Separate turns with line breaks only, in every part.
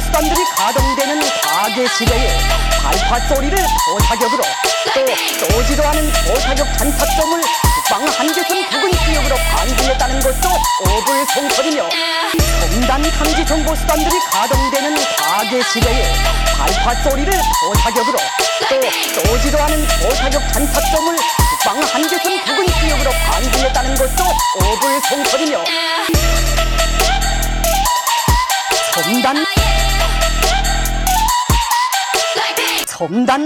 보수단들이 가동되는 과계 시대에 발파 소리를 포사격으로 또 쏘지도 않은 포사격 잔타점을 국방 한계선 부근 지역으로 반등했다는 것도 어불성설이며 첨단 탐지 정보수단들이 가동되는 과계 시대에 발파 소리를 포사격으로 또 쏘지도 않은 포사격 잔타점을 국방 한계선 부근 지역으로 반등했다는 것도 어불성설이며 첨단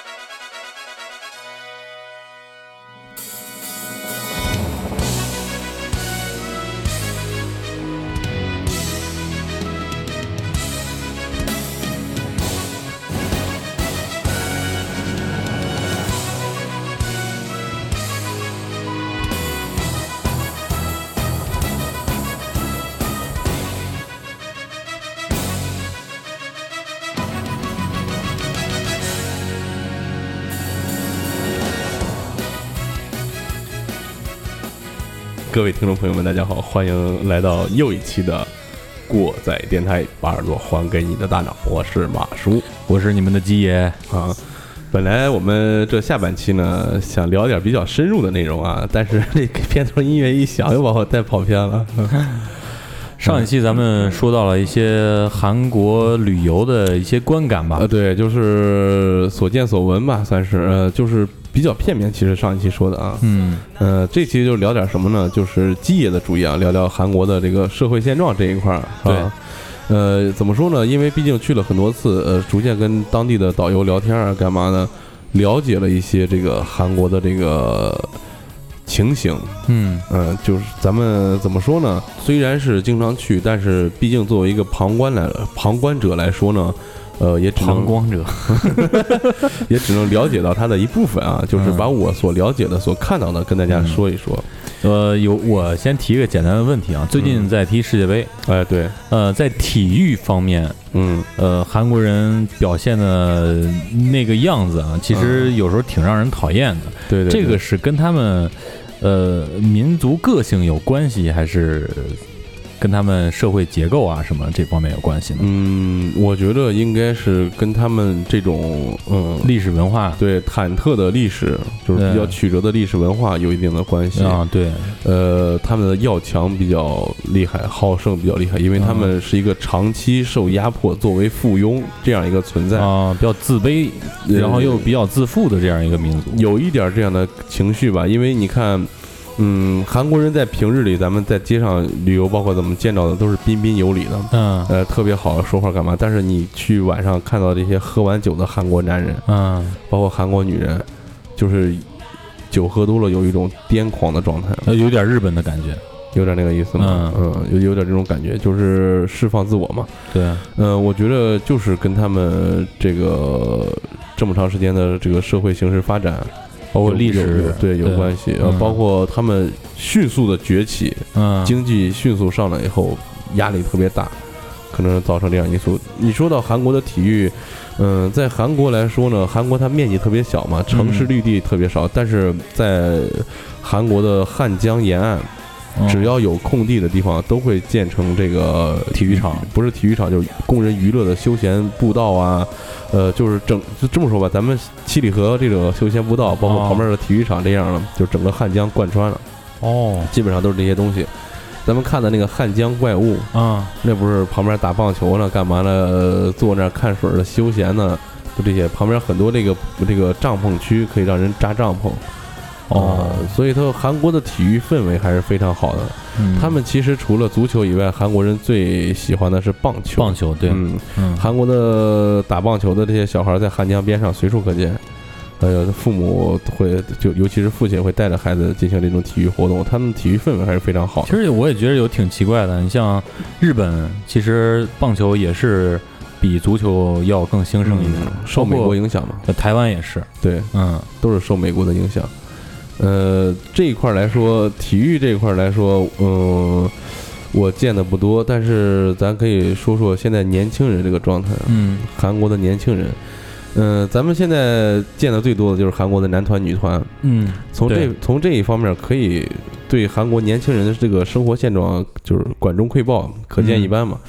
各位听众朋友们，大家好，欢迎来到又一期的过载电台，把耳朵还给你的大脑，我是马叔，
我是你们的鸡爷
啊。本来我们这下半期呢，想聊点比较深入的内容啊，但是这片头音乐一响，又把我带跑偏了。
上一期咱们说到了一些韩国旅游的一些观感吧，
对，就是所见所闻吧，算是就是比较片面。其实上一期说的啊，这期就聊点什么呢？就是鸡爷的主意啊，聊聊韩国的这个社会现状这一块儿。对，怎么说呢？因为毕竟去了很多次，逐渐跟当地的导游聊天啊，干嘛呢？了解了一些这个韩国的这个情形，就是咱们怎么说呢？虽然是经常去，但是毕竟作为一个旁观者来说呢，也只能
旁观者，
也只能了解到它的一部分啊，就是把我所了解的、所看到的跟大家说一说。
我先提一个简单的问题啊，最近在踢世界杯，
对，
在体育方面，韩国人表现的那个样子啊，其实有时候挺让人讨厌的。
对，
这个是跟他们民族个性有关系，还是跟他们社会结构啊什么这方面有关系呢？
我觉得应该是跟他们这种
历史文化，
对忐忑的历史，就是比较曲折的历史文化有一定的关系
啊。对，
他们的要强比较厉害，好胜比较厉害，因为他们是一个长期受压迫作为附庸这样一个存在
啊，比较自卑，然后又比较自负的这样一个民族，
有一点这样的情绪吧。因为你看。韩国人在平日里，咱们在街上旅游，包括咱们见到的都是彬彬有礼的，特别好说话干嘛？但是你去晚上看到这些喝完酒的韩国男人，包括韩国女人，就是酒喝多了有一种癫狂的状态，
有点日本的感觉，
有点那个意思嘛，有点这种感觉，就是释放自我嘛。
对，
我觉得就是跟他们这个这么长时间的这个社会形势发展。包括历史对有关系，包括他们迅速的崛起，经济迅速上来以后，压力特别大，可能造成这样因素。你说到韩国的体育，在韩国来说呢，韩国它面积特别小嘛，城市绿地特别少，但是在韩国的汉江沿岸，只要有空地的地方，都会建成这个
体育场，
不是体育场，就是供人娱乐的休闲步道啊。就是就这么说吧，咱们七里河这个休闲步道，包括旁边的体育场这样的，就整个汉江贯穿了。基本上都是这些东西。咱们看的那个汉江怪物那不是旁边打棒球呢，干嘛呢？坐那看水的休闲呢，就这些。旁边很多这个帐篷区可以让人扎帐篷。所以韩国的体育氛围还是非常好的。他们其实除了足球以外，韩国人最喜欢的是棒球。
棒球，对，
韩国的打棒球的这些小孩在汉江边上随处可见。父母会尤其是父亲会带着孩子进行这种体育活动，他们体育氛围还是非常好的。
其实我也觉得有挺奇怪的，你像日本，其实棒球也是比足球要更兴盛一点，
受美国影响嘛。
台湾也是，
对，都是受美国的影响。这一块来说，体育这一块来说，我见的不多，但是咱可以说说现在年轻人这个状态。韩国的年轻人，咱们现在见的最多的就是韩国的男团、女团。从这一方面可以对韩国年轻人的这个生活现状就是管中窥豹，可见一斑嘛。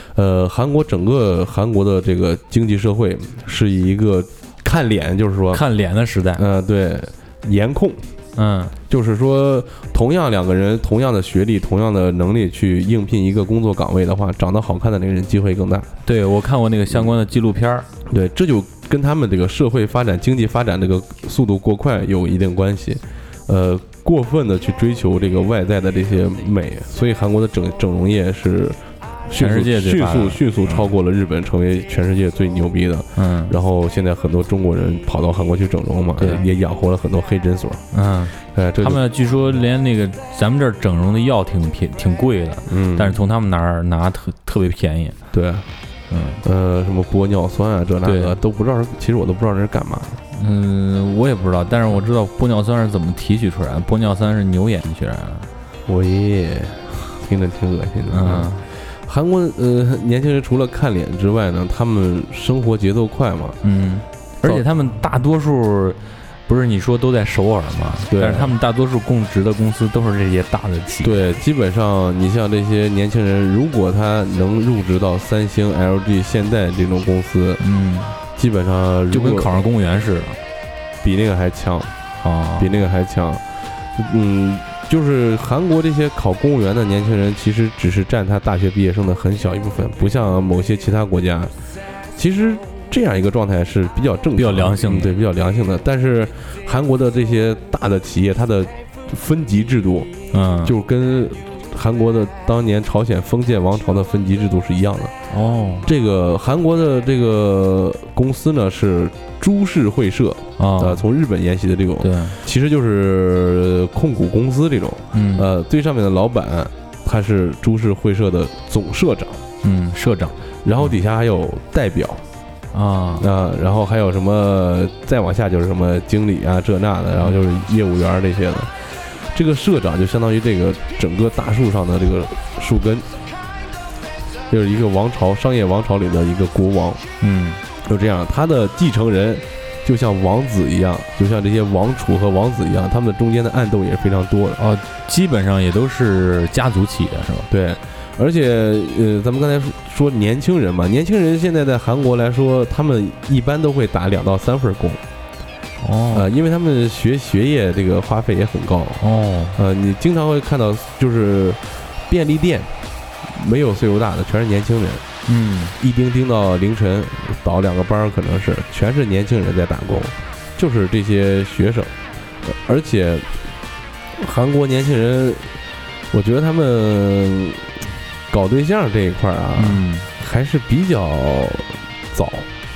韩国整个韩国的这个经济社会是一个看脸，就是说
看脸的时代。
对，颜控。就是说，同样两个人，同样的学历，同样的能力去应聘一个工作岗位的话，长得好看的那个人机会更大。
对，我看过那个相关的纪录片。
对，这就跟他们这个社会发展、经济发展这个速度过快有一定关系。过分的去追求这个外在的这些美，所以韩国的整容业是
全世界
迅速超过了日本，成为全世界最牛逼的。然后现在很多中国人跑到韩国去整容嘛，也养活了很多黑诊所。
他们据说连那个咱们这儿整容的药挺贵的，但是从他们那儿拿特别便宜。
对，什么玻尿酸啊，这那个都不知道，其实我都不知道这是干嘛的。
我也不知道，但是我知道玻尿酸是怎么提取出来的。玻尿酸是牛眼提取出来的。
我也听着挺恶心的。韩国年轻人除了看脸之外呢，他们生活节奏快嘛，
而且他们大多数不是你说都在首尔嘛，
对，
但是他们大多数供职的公司都是这些大的企业。
对，基本上你像这些年轻人，如果他能入职到三星、LG、现代这种公司，基本上
就跟考上公务员似的，
比那个还强比那个还强。就是韩国这些考公务员的年轻人，其实只是占他大学毕业生的很小一部分，不像某些其他国家。其实这样一个状态是比较正常、比较
良性的，
对，比较良性的。但是韩国的这些大的企业，它的分级制度，就跟韩国的当年朝鲜封建王朝的分级制度是一样的。这个韩国的这个公司呢是株式会社。从日本沿袭的这种，
对，
其实就是控股公司这种，最上面的老板他是株式会社的总社长，
社长，
然后底下还有代表，然后还有什么，再往下就是什么经理啊这那的，然后就是业务员这些的，这个社长就相当于这个整个大树上的这个树根，就是一个王朝，商业王朝里的一个国王，就这样，他的继承人。就像王子一样，就像这些王储和王子一样，他们中间的暗斗也是非常多的。
基本上也都是家族企业，是吧？
对，而且咱们刚才说年轻人嘛，年轻人现在在韩国来说，他们一般都会打2到3份工。因为他们学业这个花费也很高。你经常会看到，就是便利店没有岁数大的，全是年轻人。一盯到凌晨，倒2个班，可能是全是年轻人在打工，就是这些学生。而且韩国年轻人，我觉得他们搞对象这一块还是比较早，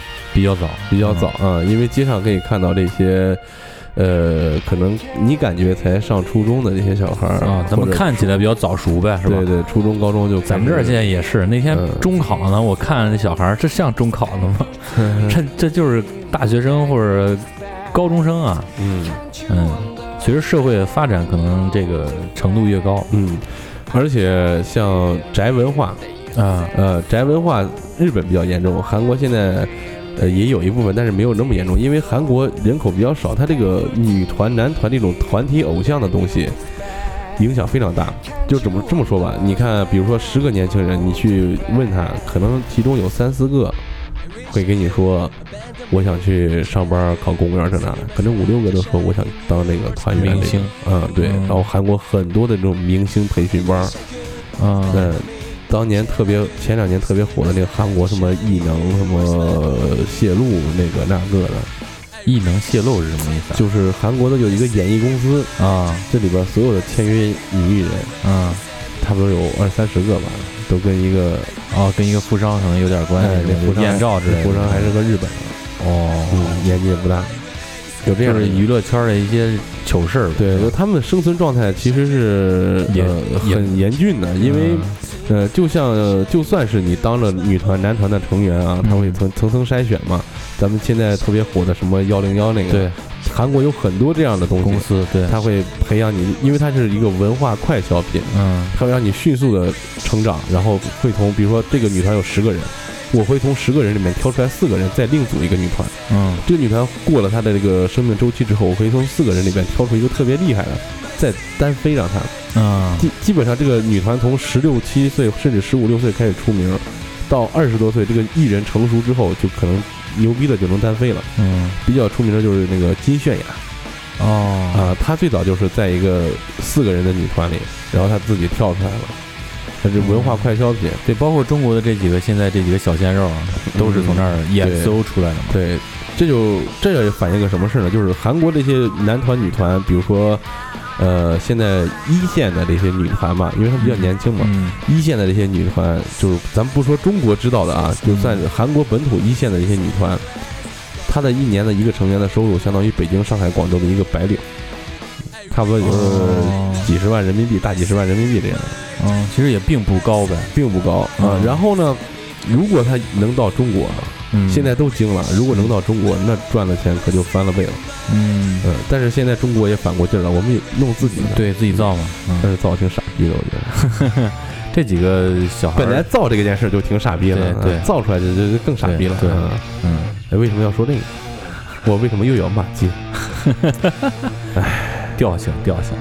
因为街上可以看到这些。可能你感觉才上初中的这些小孩
咱们看起来比较早熟呗，是吧？
对，初中、高中就
咱们这儿现在也是。那天中考呢，我看这小孩，这像中考的吗？这就是大学生或者高中生啊。随着社会的发展，可能这个程度越高。
而且像宅文化宅文化日本比较严重，韩国现在。也有一部分，但是没有那么严重，因为韩国人口比较少，它这个女团、男团这种团体偶像的东西影响非常大。就这么说吧，你看，比如说10个年轻人，你去问他，可能其中有3、4个会跟你说，我想去上班考公务员这那的，可能5、6个都说我想当那个团员
明星。
对。然后韩国很多的这种明星培训班，当年前2年特别火的那个韩国什么异能什么泄露那个那个的，
异能泄露是什么意思？
就是韩国的有一个演艺公司这里边所有的签约女艺人差不多有20-30个吧，都跟一个
富商可能有点关系，
那富商
艳照之类的，
富商还是个日本的，年纪也不大。有这样
就是娱乐圈的一些糗事儿，
对，就他们的生存状态其实是很严峻的，因为就算是你当了女团、男团的成员他会层层筛选嘛。咱们现在特别火的什么101那个，
对，
韩国有很多这样的东西，
公司对，
他会培养你，因为它是一个文化快消品，它会让你迅速的成长，然后会从比如说这个女团有10个人。我会从10个人里面挑出来4个人，再另组一个女团。这个女团过了她的这个生命周期之后，我可以从4个人里面挑出一个特别厉害的，再单飞让她。基本上这个女团从16、17岁甚至15、16岁开始出名， 到20多岁，这个艺人成熟之后，就可能牛逼的就能单飞了。比较出名的就是那个金泫雅。他最早就是在一个4个人的女团里，然后他自己跳出来了。它是文化快消品，
对，包括中国的现在这几个小鲜肉啊，都是从那儿演搜出来的嘛。
对，这也反映个什么事呢？就是韩国这些男团女团，比如说现在1线的这些女团嘛，因为她们比较年轻嘛，1线的这些女团，就是咱们不说中国知道的啊，就算韩国本土1线的这些女团，她的1年的一个成员的收入，相当于北京、上海、广州的一个白领，差不多也就是几十万人民币，大几十万人民币这样。
其实也并不高呗，
并不高啊。然后呢，如果他能到中国，现在都惊了，如果能到中国，那赚的钱可就翻了倍了。但是现在中国也反过劲了，我们也弄自己的，
对自己造嘛，
但是造挺傻逼的，我觉得。
这几个小孩
本来造这个件事就挺傻逼了，
对，
造出来就更傻逼了。
对，
为什么要说这个？我为什么又要骂街？
调性。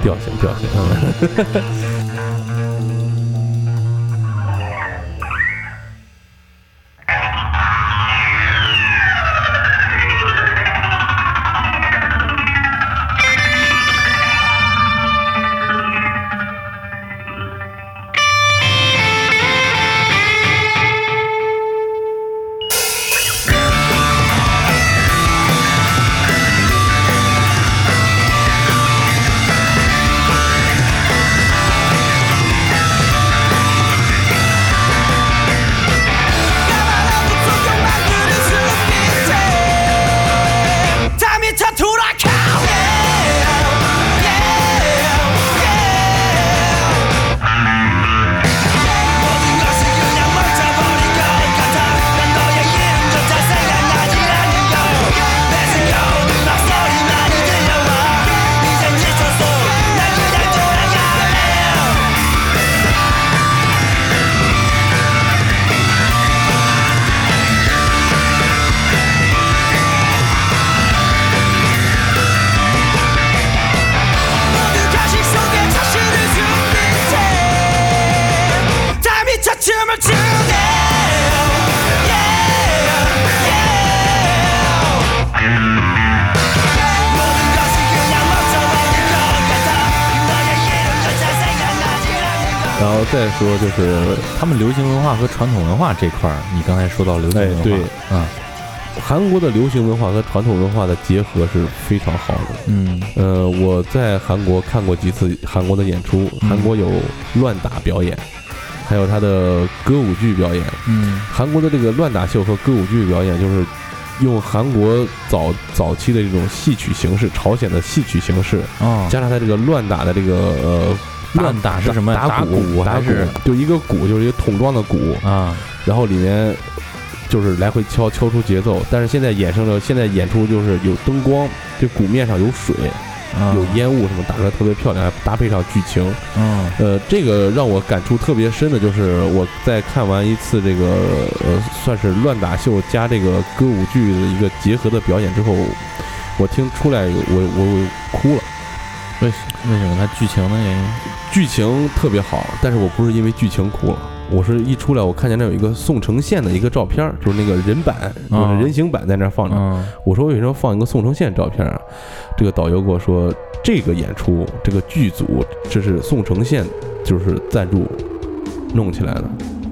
然后再说就是
他们流行文化和传统文化这块儿，你刚才说到流行文化，
对韩国的流行文化和传统文化的结合是非常好的。我在韩国看过几次韩国的演出，韩国有乱打表演，还有他的歌舞剧表演。韩国的这个乱打秀和歌舞剧表演，就是用韩国早期的这种戏曲形式，朝鲜的戏曲形式，加上他这个乱打的这个
乱打是什么？
打鼓还是就一个鼓，就是一个桶装的鼓
啊，
然后里面就是来回敲出节奏。但是现在衍生了，现在演出就是有灯光，这鼓面上有水，有烟雾什么，打得特别漂亮，还搭配上剧情。这个让我感触特别深的就是我在看完一次这个算是乱打秀加这个歌舞剧的一个结合的表演之后，我听出来我哭了。
为什么？它剧情的原因？
剧情特别好，但是我不是因为剧情哭了，我是一出来我看见那有一个宋承宪的一个照片，就是那个人版，就是人形版在那放着。我说为什么放一个宋承宪照片啊？这个导游跟我说，这个演出这个剧组这是宋承宪就是赞助弄起来的。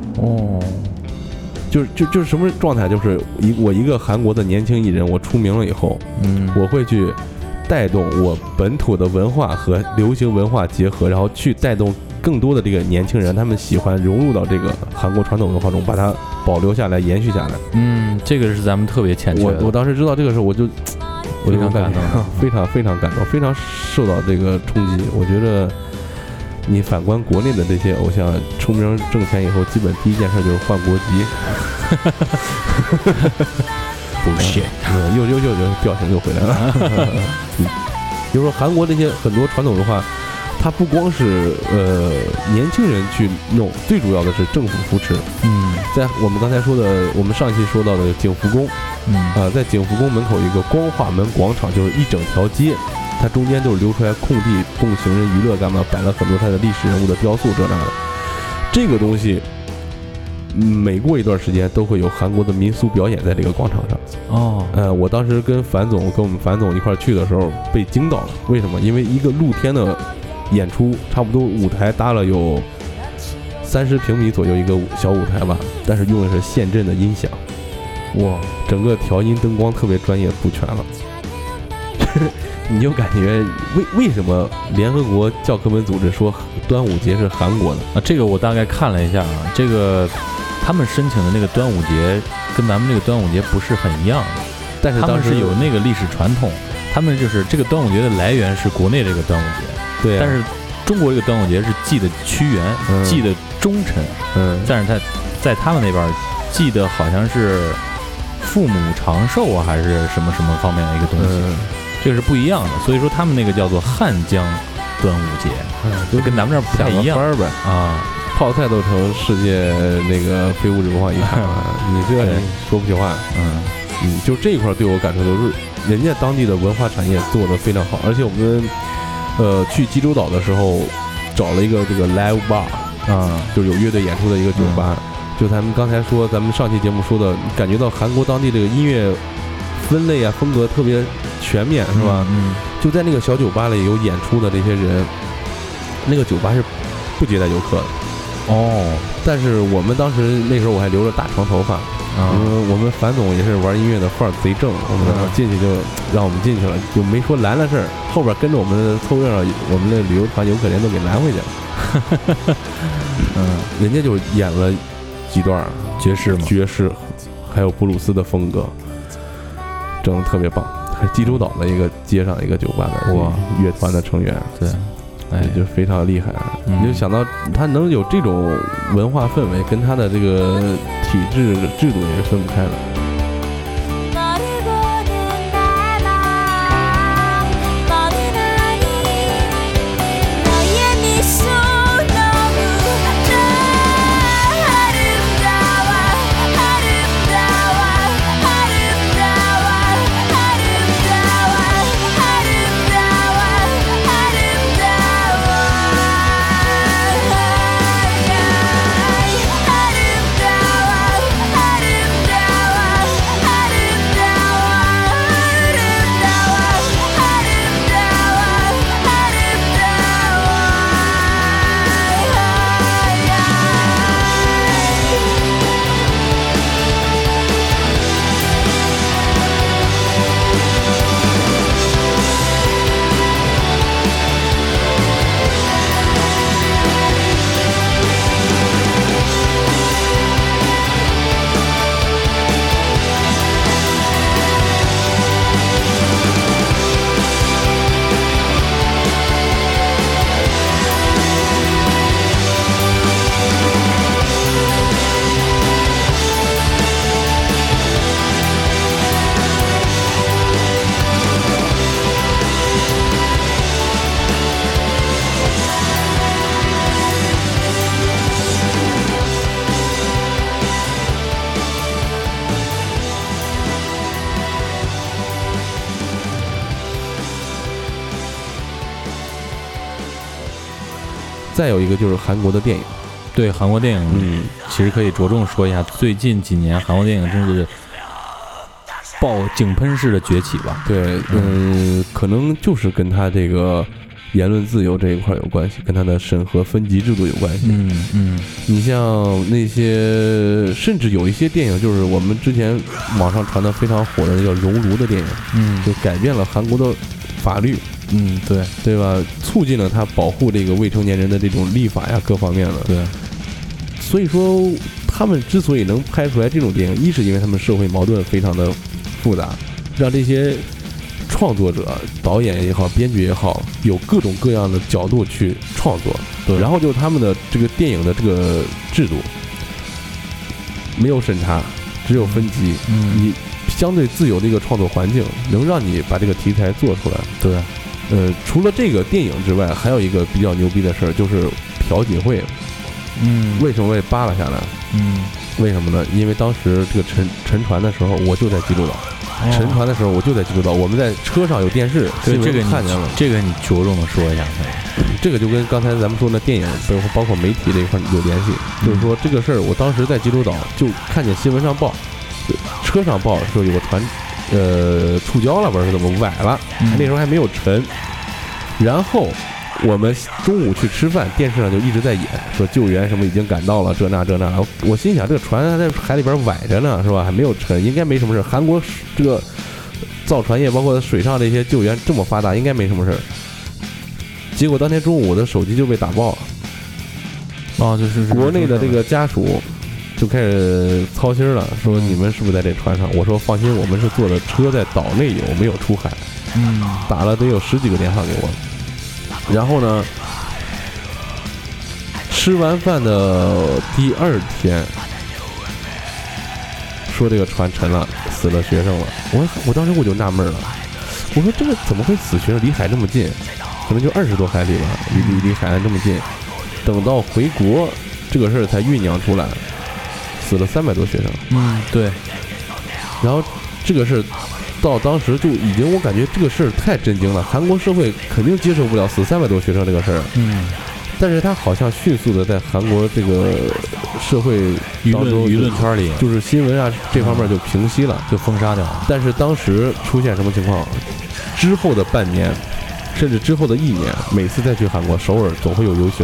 就是什么状态？就是我一个韩国的年轻艺人，我出名了以后，我会去带动我本土的文化和流行文化结合，然后去带动更多的这个年轻人，他们喜欢融入到这个韩国传统文化中，把它保留下来、延续下来。
这个是咱们特别欠缺的。
我当时知道这个时候，我就
非常感动，
非常感动，非常受到这个冲击。我觉得你反观国内的这些偶像出名挣钱以后，基本第一件事就是换国籍。不是，又调性又回来了。比如说韩国这些很多传统文化，它不光是年轻人去弄，最主要的是政府扶持。在我们刚才说的，我们上一期说到的景福宫，在景福宫门口有一个光化门广场，就是一整条街，它中间就是留出来空地供行人娱乐干嘛，摆了很多它的历史人物的雕塑这那的。这个东西每过一段时间都会有韩国的民俗表演在这个广场上。我当时跟我们樊总一块去的时候被惊到了。为什么？因为一个露天的演出，差不多舞台搭了有30平米左右一个小舞台吧，但是用的是现阵的音响，哇，整个调音灯光特别专业，布全了。你就感觉为什么联合国教科文组织说端午节是韩国的
啊？这个我大概看了一下啊，这个他们申请的那个端午节跟咱们这个端午节不是很一样的，
但是
他们是有那个历史传统，他们就是这个端午节的来源是国内这个端午节，
对、
但是中国这个端午节是祭的屈原，祭的忠臣，但是在他们那边祭的好像是父母长寿啊，还是什么什么方面的一个东西。这个是不一样的，所以说他们那个叫做汉江端午节，就跟咱们这儿不太一样
呗啊。泡菜都成世界那个非物质文化遗产了，你这说不起话。就这一块对我感受就是，人家当地的文化产业做得非常好，而且我们去济州岛的时候找了一个这个 live bar 就是有乐队演出的一个酒吧。就咱们刚才说，咱们上期节目说的，感觉到韩国当地这个音乐分类啊风格特别全面，是吧？就在那个小酒吧里有演出的这些人，那个酒吧是不接待游客的。但是我们当时那时候我还留着大长头发，我们樊总也是玩音乐的范儿贼正，我们进去就让我们进去了，就没说拦了事儿，后边跟着我们的凑热闹，我们的旅游团游客连都给拦回去了。人家就演了几段爵士还有布鲁斯的风格，整得特别棒。还是济州岛的一个街上一个酒吧的乐团的成员，
对，
就非常厉害。你就想到他能有这种文化氛围，跟他的这个体制制度也是分不开的。再有一个就是韩国的电影，
对韩国电影，其实可以着重说一下，最近几年韩国电影真是井喷式的崛起吧？
对，可能就是跟他这个言论自由这一块有关系，跟他的审核分级制度有关系。你像那些，甚至有一些电影，就是我们之前网上传的非常火的那叫《熔炉》的电影，就改变了韩国的法律。对吧？促进了他保护这个未成年人的这种立法呀，各方面的。
对，
所以说他们之所以能拍出来这种电影，一是因为他们社会矛盾非常的复杂，让这些创作者、导演也好、编剧也好，有各种各样的角度去创作。
对，
然后就是他们的这个电影的这个制度没有审查，只有分级。你相对自由的一个创作环境，能让你把这个题材做出来。
对。
除了这个电影之外，还有一个比较牛逼的事儿，就是朴槿惠。为什么被扒拉下来？为什么呢？因为当时这个沉船的时候，我就在济州岛。沉船的时候，我就在济州岛。我们在车上有电视，
对这个
看见了。
这个你着重的说一下。
这个就跟刚才咱们说的电影，包括媒体这一块有联系。就是说这个事儿，我当时在济州岛就看见新闻上报，车上报说有个船，触礁了，不知道是怎么崴了，那时候还没有沉。然后我们中午去吃饭，电视上就一直在演说救援什么已经赶到了，这那。我心想，这个船还在海里边崴着呢，是吧？还没有沉，应该没什么事。韩国这个造船业，包括水上这些救援这么发达，应该没什么事。结果当天中午我的手机就被打爆了。
哦，就是
国内的这个家属就开始操心了，说你们是不是在这船上？我说放心，我们是坐的车在岛内游，没有出海。打了得有10几个电话给我。然后呢，吃完饭的第2天，说这个船沉了，死了学生了。我当时我就纳闷了，我说这个怎么会死学生？离海这么近，可能就20多海里吧，离海岸这么近。等到回国，这个事儿才酝酿出来，死了300多学生。
对。
然后这个事儿到当时就已经，我感觉这个事儿太震惊了，韩国社会肯定接受不了死300多学生这个事儿。但是他好像迅速的在韩国这个社会
舆论圈里，
就是新闻啊这方面就平息了，
就封杀掉了。
但是当时出现什么情况？之后的半年，甚至之后的1年，每次再去韩国首尔总会有游行。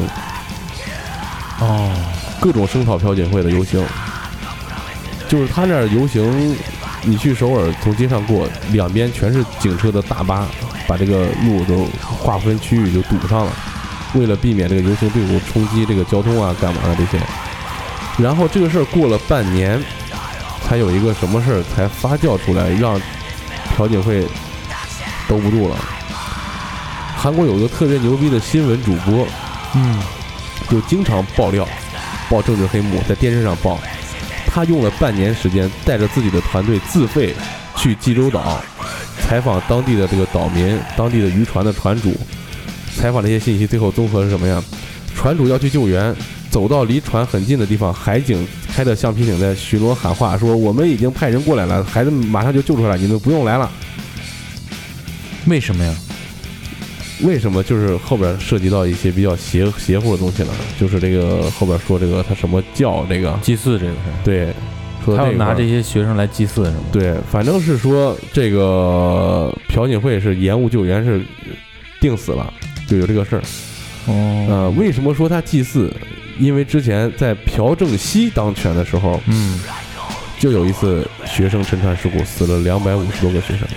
各种声讨朴槿惠的游行，就是他那儿游行，你去首尔从街上过，两边全是警车的大巴，把这个路都划分区域就堵上了，为了避免这个游行队伍冲击这个交通啊干嘛的这些。然后这个事儿过了半年，才有一个什么事儿才发酵出来，让朴槿惠兜不住了。韩国有一个特别牛逼的新闻主播，就经常爆料，爆政治黑幕，在电视上爆。他用了半年时间，带着自己的团队自费去济州岛，采访当地的这个岛民、当地的渔船的船主，采访这些信息，最后综合是什么呀？船主要去救援，走到离船很近的地方，海警开着橡皮艇在巡逻喊话，说我们已经派人过来了，孩子马上就救出来，你们不用来了。
为什么呀？
为什么？就是后边涉及到一些比较邪乎的东西了，就是这个后边说这个他什么教这个
祭祀这个事，
对，说
他要拿这些学生来祭祀什么？
对，反正是说这个朴槿惠是延误救援是定死了，就有这个事儿。为什么说他祭祀？因为之前在朴正熙当权的时候，就有一次学生沉船事故，死了250多个学生。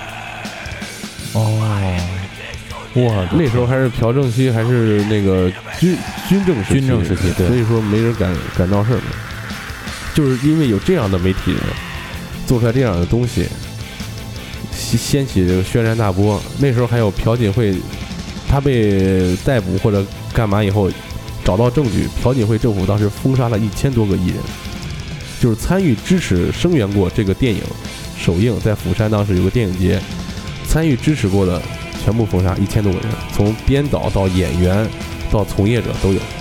哇，那时候还是朴正熙，还是那个军政时期，
对，
所以说没人敢闹事儿。就是因为有这样的媒体人做出来这样的东西，掀起这个轩然大波。那时候还有朴槿惠，他被逮捕或者干嘛以后，找到证据，朴槿惠政府当时封杀了1000多个艺人，就是参与支持声援过这个电影首映，在釜山当时有个电影节，参与支持过的全部封杀1000多个人，从编导到演员到从业者都有。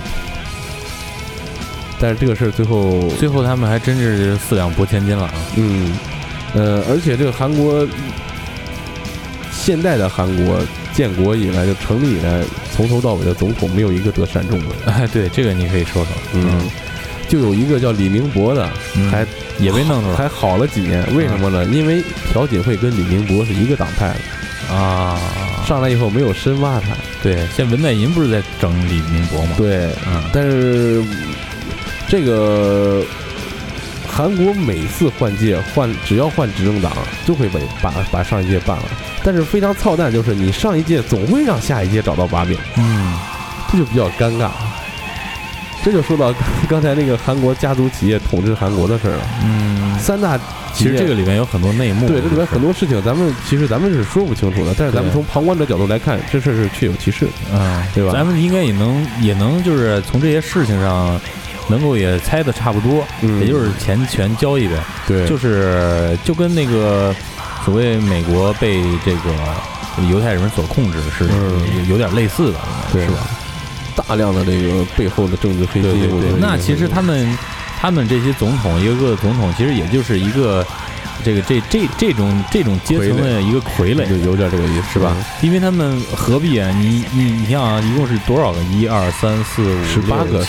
但是这个事儿最后
他们还真是4两拨千斤了啊。
而且这个韩国现代的韩国建国以来就成立以来，从头到尾的总统没有一个得善终的。
对，这个你可以说说。
就有一个叫李明博的，还
也被弄出来，
还好了几年。为什么呢？因为朴槿惠跟李明博是一个党派的啊，上来以后没有深挖他。
对，现在文在寅不是在整李明博吗？
对，但是这个韩国每次换届只要换执政党，就会把上一届办了。但是非常操蛋，就是你上一届总会让下一届找到把柄，这就比较尴尬。这就说到刚才那个韩国家族企业统治韩国的事儿了。三大
其实这个里面有很多内幕，
对，这里面很多事情咱们是说不清楚的，但是咱们从旁观者角度来看，这事儿是确有其事，对吧？
咱们应该也能就是从这些事情上能够也猜得差不多，也就是钱全交易呗。对，就跟那个所谓美国被这个犹太人所控制是有点类似的，
对，
是吧？
大量的这个背后的政治黑金，
那其实他们这些总统，一个个总统，其实也就是一个这种阶层的一个傀儡，
就有点这个意思，
是吧？因为他们何必啊？你像啊，一共是多少个？1、2、3、4、5、
18个、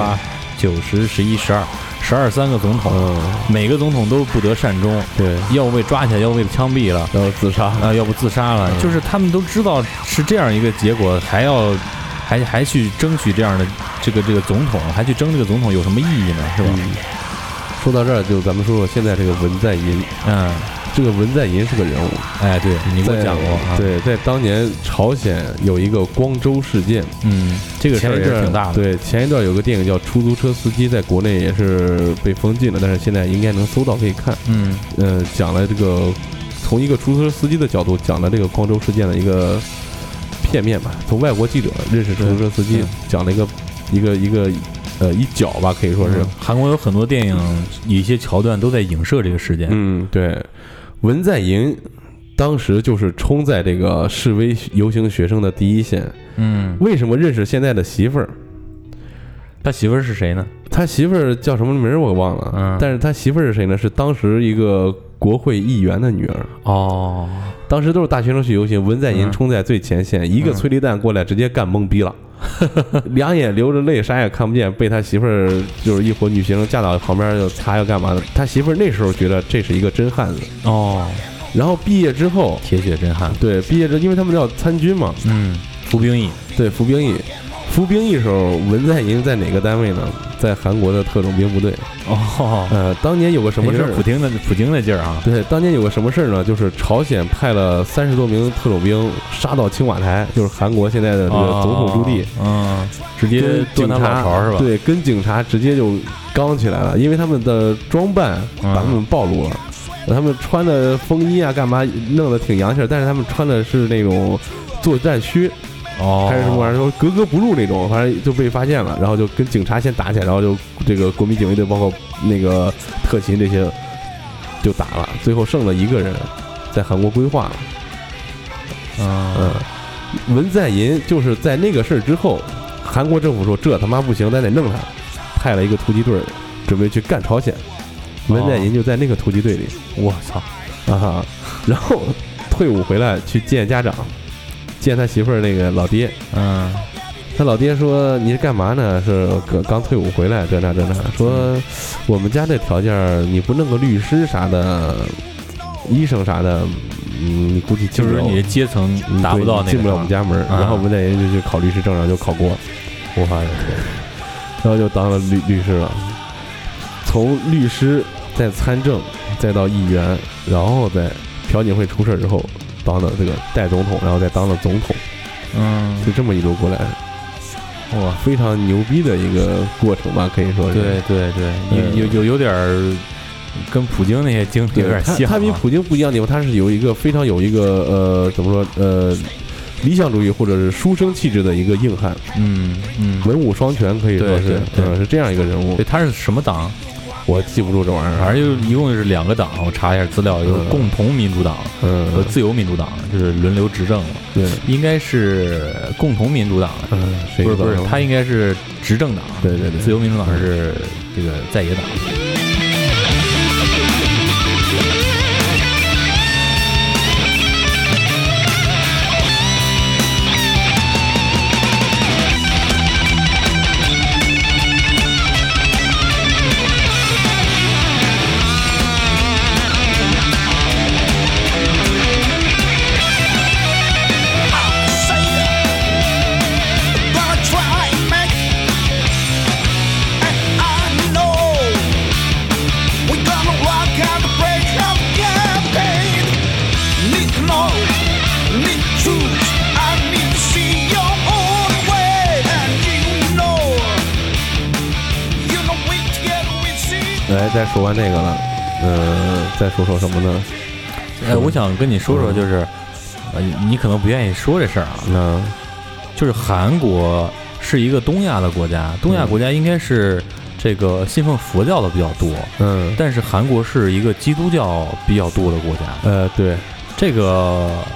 7、8、9、10、11、12，13个总统，每个总统都不得善终，
对，
要不被抓起来，要不被枪毙了，
要不自杀
啊，要不自杀了，就是他们都知道是这样一个结果，还去争取这样的这个总统，还去争这个总统有什么意义呢？是吧？
说到这儿，就咱们说说现在这个文在寅。这个文在寅是个人物。
哎，对，你给我讲过啊。
对，在当年朝鲜有一个光州事件。
这个事儿也是挺大的。
对，前一段有个电影叫《出租车司机》，在国内也是被封禁了，但是现在应该能搜到可以看。讲了这个从一个出租车司机的角度讲了这个光州事件的一个片面吧，从外国记者认识出租车司机，讲了一角吧，可以说是。
韩国有很多电影，有一些桥段都在影射这个事件。
对，文在寅当时就是冲在这个示威游行学生的第一线。为什么认识现在的媳妇儿？
他媳妇儿是谁呢？
他媳妇儿叫什么名我忘了。但是他媳妇儿是谁呢？是当时一个国会议员的女儿。当时都是大学生去游行，文在寅冲在最前线，一个催泪弹过来，直接干懵逼了。两眼流着泪，啥也看不见，被他媳妇儿就是一伙女学生架到旁边，就他要干嘛的？他媳妇儿那时候觉得这是一个真汉子。然后毕业之后，
铁血真汉。
对，毕业之后，因为他们要参军嘛。服兵役。对，服兵役。服兵役时候，文在寅在哪个单位呢？在韩国的特种兵部队。当年有个什么事儿？
普京的劲儿啊！
对，当年有个什么事儿呢？就是朝鲜派了30多名特种兵杀到青瓦台，就是韩国现在的这个总统驻地。
直接
警察
是吧？
对，跟警察直接就刚起来了，因为他们的装扮把他们暴露了。他们穿的风衣啊，干嘛弄得挺洋气，但是他们穿的是那种作战靴。还是什么玩意儿，说格格不入那种，反正就被发现了，然后就跟警察先打起来，然后就这个国民警卫队包括那个特勤这些就打了，最后剩了一个人在韩国归化了。文在寅就是在那个事儿之后，韩国政府说这他妈不行，咱得弄他，派了一个突击队准备去干朝鲜。文在寅就在那个突击队里，
我操
然后退伍回来去见家长。见他媳妇儿那个老爹，他老爹说你是干嘛呢？是刚退伍回来，这那。说我们家这条件，你不弄个律师啥的，医生啥的，你估计
就是你的阶层达不到那个，
进不了我们家门。然后文在寅就去考律师证，然后就考过，我发现，然后就当了律师了。从律师再参政，再到议员，然后在朴槿惠出事之后。当了这个代总统，然后再当了总统，就这么一路过来，哇，非常牛逼的一个过程吧，可以说是。
对，有点跟普京那些经历有点像。
他比普京不一样的地方，他是有一个非常有一个怎么说理想主义或者是书生气质的一个硬汉，文武双全可以说是，是这样一个人物。
对，他是什么党？
我记不住这玩意儿，
反正就一共是2个党，我查一下资料，有共同民主党和自由民主党，就是轮流执政了。
对，
应该是共同民主党，不是，他应该是执政党。
对，
自由民主党是这个在野党。
再说完这个了，再说什么呢？
我想跟你说说，就是，你可能不愿意说这事儿啊。就是韩国是一个东亚的国家，东亚国家应该是这个信奉佛教的比较多，但是韩国是一个基督教比较多的国家。
对，
这个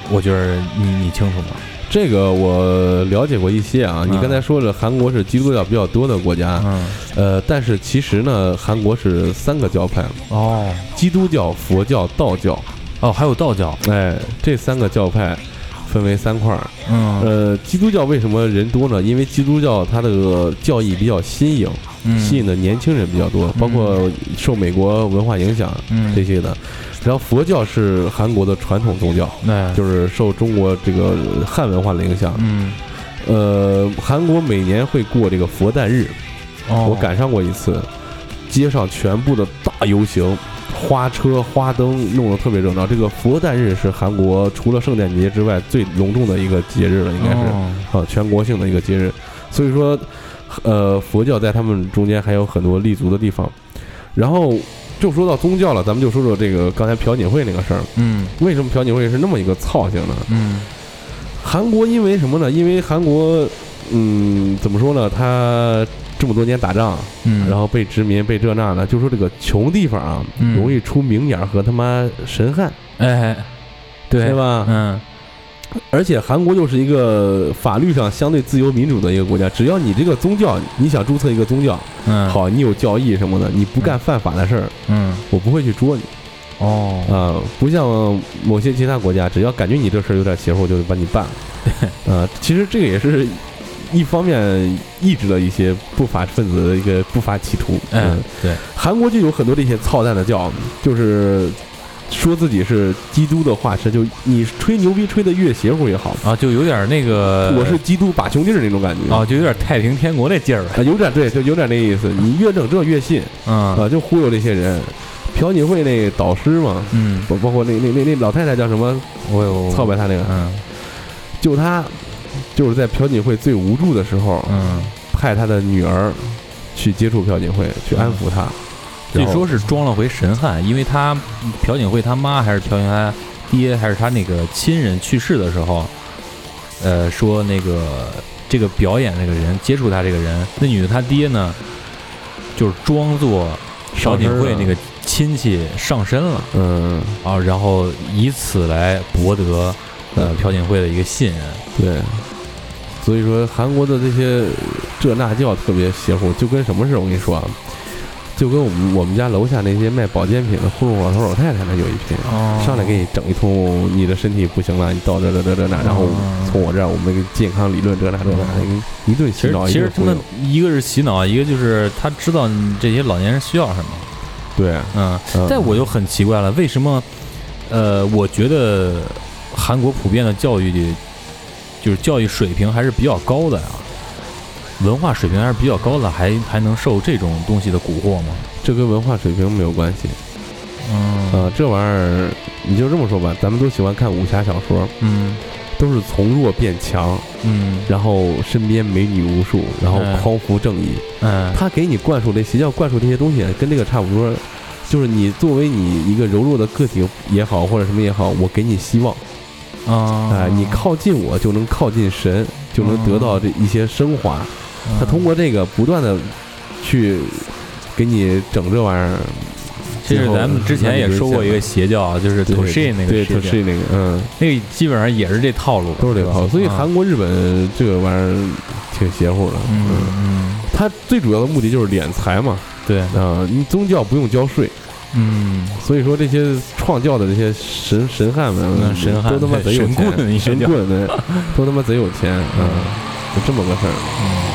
我觉得你清楚吗？
这个我了解过一些啊。你刚才说了，韩国是基督教比较多的国家，但是其实呢，韩国是3个教派哦，基督教、佛教、道教，
哦，还有道教，
哎，这3个教派分为3块儿。基督教为什么人多呢？因为基督教它的教义比较新颖，吸引的年轻人比较多，包括受美国文化影响这些的。然后佛教是韩国的传统宗教，就是受中国这个汉文化的影响。韩国每年会过这个佛诞日，我赶上过一次，街上全部的大游行，花车花灯弄得特别热闹。这个佛诞日是韩国除了圣诞节之外最隆重的一个节日了，应该是全国性的一个节日。所以说佛教在他们中间还有很多立足的地方。然后就说到宗教了，咱们就说说这个刚才朴槿惠那个事儿。为什么朴槿惠是那么一个操性呢？韩国因为什么呢？因为韩国怎么说呢？他这么多年打仗，然后被殖民，被这那的，就说这个穷地方啊，容易出名眼和他妈神汉，
哎，对
吧？而且韩国又是一个法律上相对自由民主的一个国家，只要你这个宗教，你想注册一个宗教，好，你有教义什么的，你不干犯法的事儿，我不会去捉你。不像某些其他国家，只要感觉你这事儿有点邪乎，就把你办了。其实这个也是一方面抑制了一些不法分子的一个不法企图。
对，
韩国就有很多这些操蛋的教，就是说自己是基督的化身，就你吹牛逼吹得越邪乎越好
啊，就有点那个
我是基督把兄弟那种感觉
啊，就有点太平天国那劲儿
啊，有点对，就有点那意思。你越整这越信就忽悠这些人。朴槿惠那导师嘛，包括那老太太叫什么？操败他那个，就他就是在朴槿惠最无助的时候，派他的女儿去接触朴槿惠，去安抚他。
据说是装了回神汉，因为他朴槿惠他妈还是朴槿惠他爹还是他那个亲人去世的时候，说那个这个表演那个人接触他这个人，那女的他爹呢，就是装作朴槿惠那个亲戚上身了，然后以此来博得朴槿惠的一个信任。
对，所以说韩国的这些这那教特别邪乎，就跟什么似的，我跟你说啊。就跟我们家楼下那些卖保健品的糊弄老头老太太呢，有一批上来给你整一通，你的身体不行了，你到这那，然后从我这儿我们健康理论这那一顿洗脑。
其实他们一个是洗脑，一个就是他知道这些老年人需要什么。
对，
但我就很奇怪了，为什么我觉得韩国普遍的教育就是教育水平还是比较高的呀。文化水平还是比较高的，还能受这种东西的蛊惑吗？
这跟文化水平没有关系。这玩意儿你就这么说吧，咱们都喜欢看武侠小说，都是从弱变强，然后身边美女无数，然后匡扶正义，他给你灌输的邪教灌输这些东西跟这个差不多，就是你作为你一个柔弱的个体也好，或者什么也好，我给你希望。你靠近我就能靠近神，就能得到这一些升华。他通过这个不断的去给你整这玩意儿。
其实咱们之前也说过一个邪教，就是Toshi那个
对Toshi那个，
那个基本上也是这套路，
都是这个套路。所以韩国、日本这个玩意儿挺邪乎的。它最主要的目的就是敛财嘛。
对
你宗教不用交税。所以说这些创教的这些神汉们，都他妈贼有钱，神棍的都他妈贼有钱，就这么个事儿。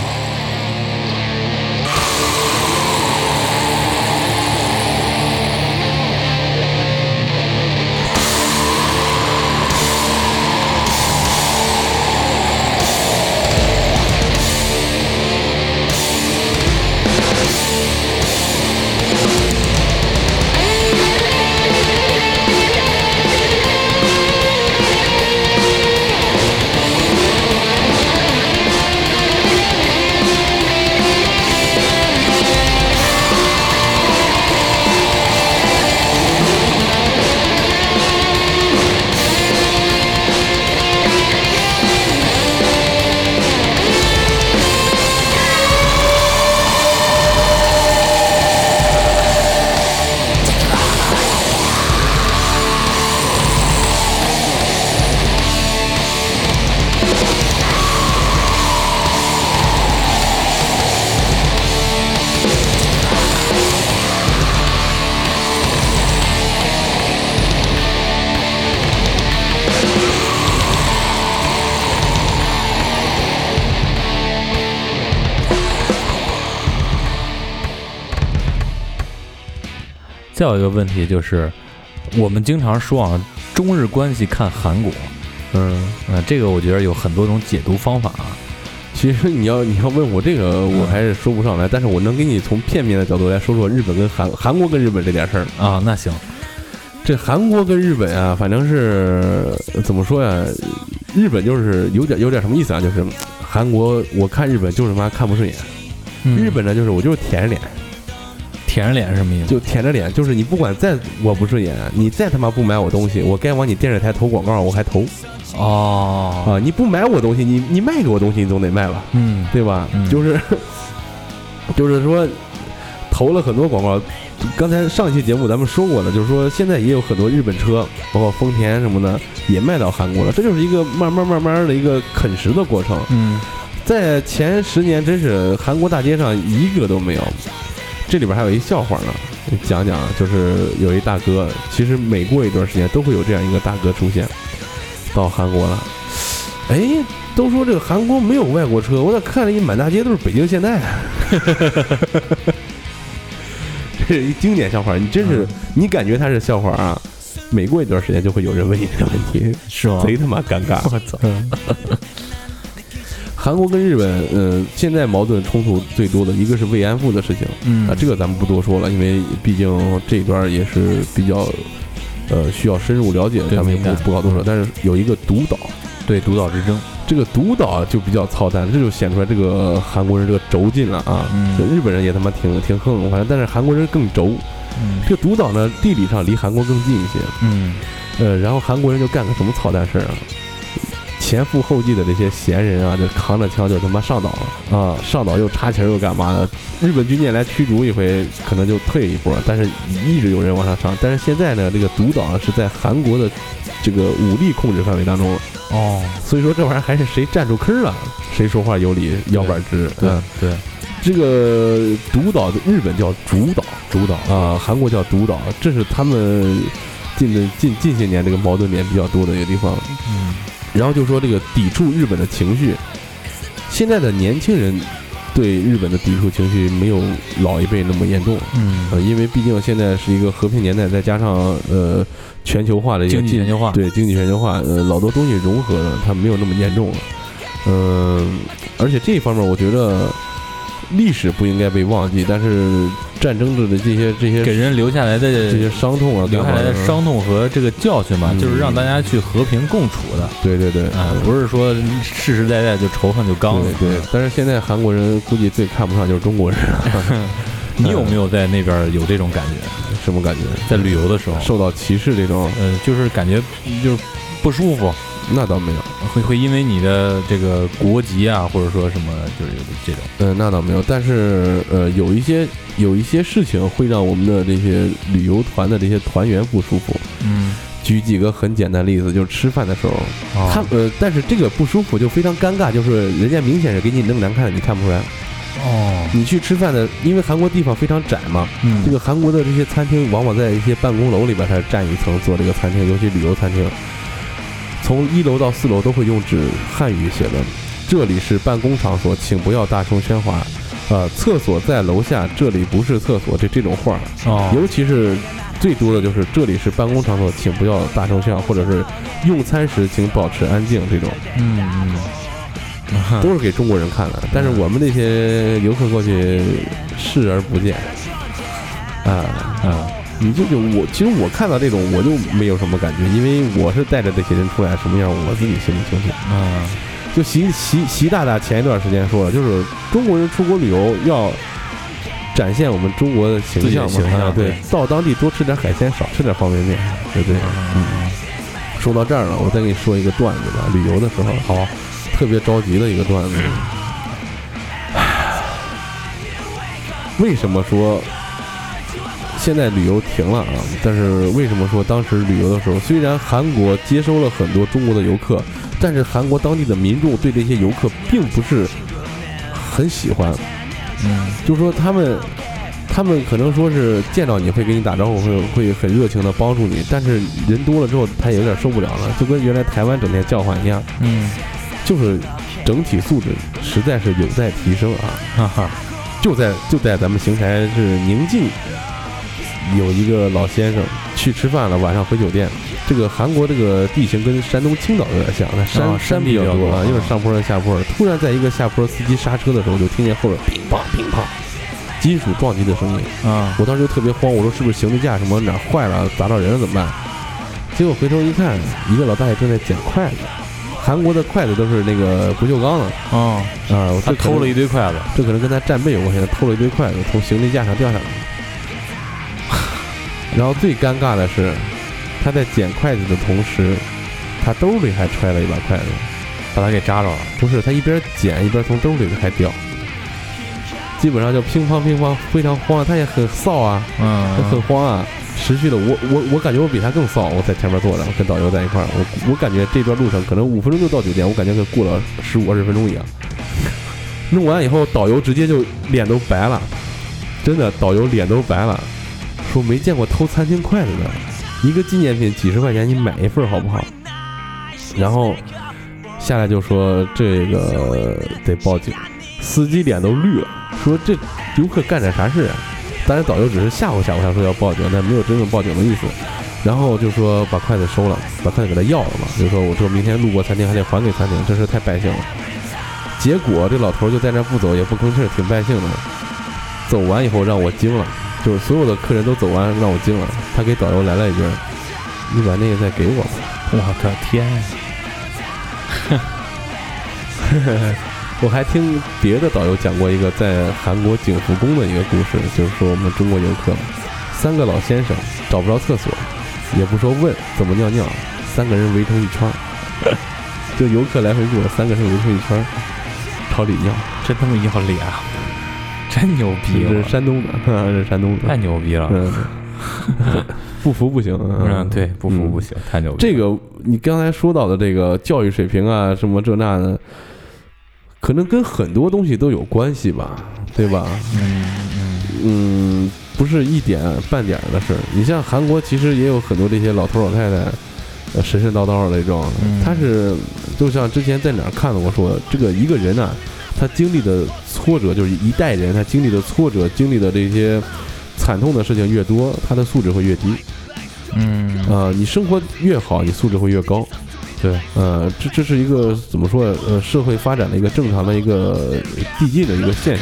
再有一个问题就是，我们经常说啊，中日关系看韩国，这个我觉得有很多种解读方法啊。
其实你要问我这个，我还是说不上来，但是我能给你从片面的角度来说说日本跟韩国跟日本这点事儿
啊。那行，
这韩国跟日本啊，反正是怎么说呀？日本就是有点什么意思啊？就是韩国我看日本就是妈看不顺眼，日本呢就是我就是舔着脸。
舔着脸是什么意思？
就舔着脸，就是你不管再我不顺眼，你再他妈不买我东西，我该往你电视台投广告我还投。你不买我东西，你卖给我东西，你总得卖吧？对吧？就是说投了很多广告。刚才上一期节目咱们说过了，就是说现在也有很多日本车，包括丰田什么的也卖到韩国了，这就是一个慢慢的一个啃食的过程。在前10年真是韩国大街上一个都没有。这里边还有一笑话呢，讲讲，就是有一大哥，其实每过一段时间都会有这样一个大哥出现，到韩国了，都说这个韩国没有外国车，我咋看了一满大街都是北京现代，这是一经典笑话，你真是你感觉它是笑话啊，每过一段时间就会有人问你这个问题，
是吗？
贼他妈尴尬，
我操！
韩国跟日本，现在矛盾冲突最多的一个是慰安妇的事情，这个咱们不多说了，因为毕竟这一段也是比较，需要深入了解，咱们也不搞多说。但是有一个独岛，
对独岛之争，
这个独岛就比较操蛋，这就显出来这个韩国人这个轴劲了啊！日本人也他妈挺横，反正但是韩国人更轴。这个独岛呢，地理上离韩国更近一些，然后韩国人就干个什么操蛋事儿啊？前赴后继的这些闲人啊，就扛着枪就他妈上岛了啊！上岛又插旗又干嘛的？日本军舰来驱逐一回，可能就退一波，但是一直有人往上上。但是现在呢，这个独岛是在韩国的这个武力控制范围当中所以说这玩意儿还是谁站住坑了，谁说话有理，腰板直。
对，
这个独岛的日本叫主岛啊，韩国叫独岛，这是他们近些年这个矛盾点比较多的一个地方。然后就说这个抵触日本的情绪，现在的年轻人对日本的抵触情绪没有老一辈那么严重，因为毕竟现在是一个和平年代，再加上全球化的一个
经济全球化，
对经济全球化，老多东西融合了，它没有那么严重了，而且这一方面我觉得历史不应该被忘记，但是战争的这些
给人留下来的
这些伤痛啊，
留下来的伤痛和这个教训吧，就是让大家去和平共处的。
对，
不是说世世代代就仇恨就刚。
对，但是现在韩国人估计最看不上就是中国人。
你有没有在那边有这种感觉？
什么感觉？
在旅游的时候
受到歧视这种？
就是感觉就是不舒服。
那倒没有，
会因为你的这个国籍啊，或者说什么，就是这种。
那倒没有，但是有一些事情会让我们的这些旅游团的这些团员不舒服。举几个很简单的例子，就是吃饭的时候，但是这个不舒服就非常尴尬，就是人家明显是给你弄难看的，你看不出来。你去吃饭的，因为韩国地方非常窄嘛，这个韩国的这些餐厅往往在一些办公楼里边，它占一层做这个餐厅，尤其旅游餐厅。从1楼到4楼都会用纸汉语写的，这里是办公场所，请不要大声喧哗。厕所在楼下，这里不是厕所，这种话。尤其是最多的就是这里是办公场所，请不要大声喧哗，或者是用餐时请保持安静这种。都是给中国人看的，但是我们那些游客过去视而不见。你其实我看到这种我就没有什么感觉，因为我是带着这些人出来，什么样我自己心里清楚。就习大大前一段时间说了，就是中国人出国旅游要展现我们中国的形象嘛，对，到当地多吃点海鲜，少吃点方便面，对不对？说到这儿了，我再给你说一个段子吧，旅游的时候，好，特别着急的一个段子。为什么说现在旅游停了啊？但是为什么说当时旅游的时候，虽然韩国接收了很多中国的游客，但是韩国当地的民众对这些游客并不是很喜欢。就是说他们可能说是见到你会给你打招呼，会很热情的帮助你，但是人多了之后他也有点受不了了，就跟原来台湾整天叫唤一样。就是整体素质实在是有待提升啊。就在咱们邢台是宁静有一个老先生去吃饭了，晚上回酒店。这个韩国这个地形跟山东青岛有点像，那山比较多啊，又是上坡和下坡。突然在一个下坡，司机刹车的时候，就听见后边乒乓乒乓金属撞击的声音啊！我当时就特别慌，我说是不是行李架什么哪儿坏了，砸到人了怎么办？结果回头一看，一个老大爷正在捡筷子。韩国的筷子都是那个不锈钢的
他偷了一堆筷子，
这可能跟他战备有关系，偷了一堆筷子从行李架上掉下来。然后最尴尬的是，他在捡筷子的同时，他兜里还揣了一把筷子，
把他给扎着了。
不是，他一边捡一边从兜里还掉，基本上就乒乓乒乓，非常慌，他也很臊啊，他很慌啊。持续的，我感觉我比他更臊，我在前面坐着，跟导游在一块儿，我感觉这段路程可能5分钟就到酒店，我感觉跟过了15-20分钟一样。弄完以后，导游直接就脸都白了，真的，导游脸都白了，说没见过偷餐厅筷子的，一个纪念品几10块钱，你买一份好不好？然后下来就说这个得报警，司机脸都绿了，说这游客干点啥事啊？当然，导游只是吓唬他说要报警，但没有真正报警的意思。然后就说把筷子收了，把筷子给他要了嘛，就说我说明天路过餐厅还得还给餐厅，这事太败兴了。结果这老头就在那不走也不吭气，挺败兴的。走完以后让我惊了，就是所有的客人都走完让我惊了。他给导游来了一句：“你把那个再给我吧。”
我的天！
我还听别的导游讲过一个在韩国景福宫的一个故事，就是说我们中国游客3个老先生找不着厕所，也不说问怎么尿尿，3个人围成一圈，就游客来回过，3个人围成一圈朝里尿，
真他妈要脸啊！真牛逼！
这是山东的，这是山东的，
太牛逼了！
不服不行，
对，不服不行，太牛逼了。
这个你刚才说到的这个教育水平啊，什么这那的。可能跟很多东西都有关系吧，对吧？不是一点半点的事儿。你像韩国，其实也有很多这些老头老太太，神神叨叨的那种。他是就像之前在哪儿看到过说，这个一个人啊，他经历的挫折，就是一代人他经历的挫折，经历的这些惨痛的事情越多，他的素质会越低。你生活越好，你素质会越高。
对，
这是一个怎么说？社会发展的一个正常的一个递进的一个现象。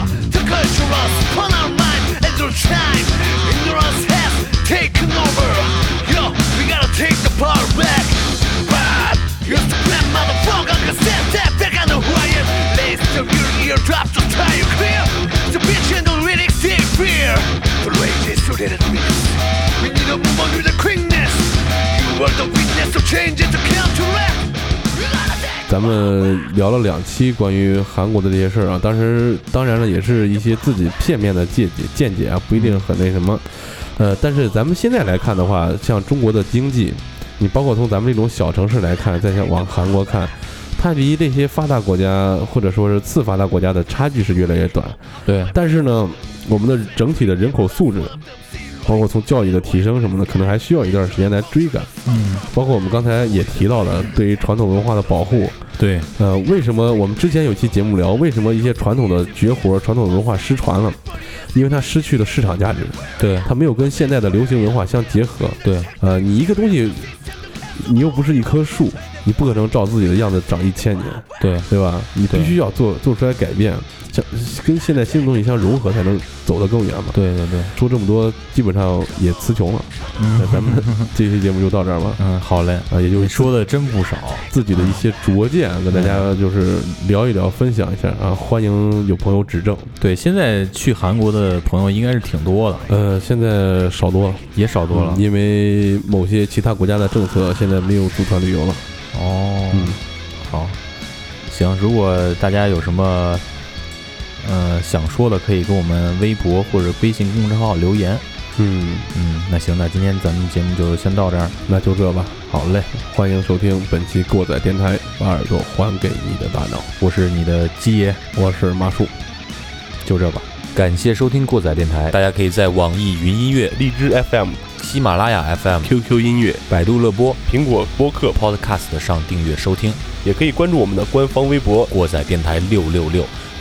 咱们聊了2期关于韩国的这些事儿啊，当然了，也是一些自己片面的见解啊，不一定很那什么。但是咱们现在来看的话，像中国的经济，你包括从咱们这种小城市来看，再往韩国看，它离这些发达国家或者说是次发达国家的差距是越来越短。
对，
但是呢，我们的整体的人口素质，包括从教育的提升什么的，可能还需要一段时间来追赶。包括我们刚才也提到了对于传统文化的保护。
对，
为什么我们之前有期节目聊，为什么一些传统的绝活、传统文化失传了？因为它失去了市场价值。
对，
它没有跟现在的流行文化相结合。
对，
你一个东西，你又不是一棵树，你不可能照自己的样子长1000年。对吧？你必须要做出来改变。跟现在新的东西相融合，才能走得更远嘛。
对，
说这么多，基本上也词穷了。那咱们这期节目就到这儿吧。
好嘞。
也就是
说的真不少，
自己的一些拙见，跟大家就是聊一聊，分享一下啊。欢迎有朋友指正。
对，现在去韩国的朋友应该是挺多
的。现在少多了，
也少多了，
因为某些其他国家的政策现在没有组团旅游了。
好，行，如果大家有什么想说的，可以给我们微博或者微信公众号留言。那行，那今天咱们节目就先到这儿，
那就这吧。
好嘞，
欢迎收听本期过载电台，把耳朵还给你的大脑。
我是你的鸡爷，
我是马叔，
就这吧。感谢收听过载电台，大家可以在网易云音乐、
荔枝 FM、
喜马拉雅 FM、QQ 音乐、百度乐播、
苹果播客
Podcast 上订阅收听，
也可以关注我们的官方微博
过载电台666。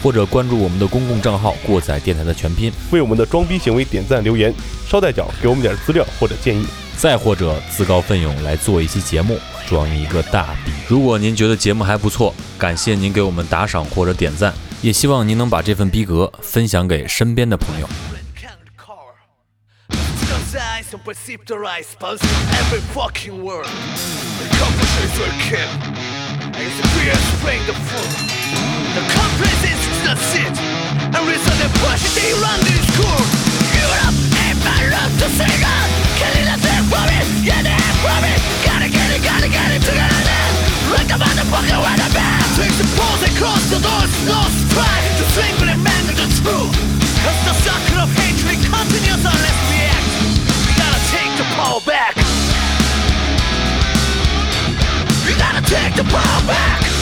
或者关注我们的公共账号“过载电台”的全拼，
为我们的装逼行为点赞留言，捎带脚给我们点资料或者建议，
再或者自告奋勇来做一期节目，装一个大逼。如果您觉得节目还不错，感谢您给我们打赏或者点赞，也希望您能把这份逼格分享给身边的朋友。
Eyes and perceive the right response in every fucking word. The competition will kill. As the fear spring the food. The conference is the sit. And reason the push they run this school. Give it up, and my love to sing on. Killing the thing for me, get the head for me. Gotta get it together. Like a motherfucker with a band. Takes the pose and cross the doors, no stride. To swing with a man to the truth. Cause the circle of hatred continues unless we act. Take the power back. You gotta take the power back.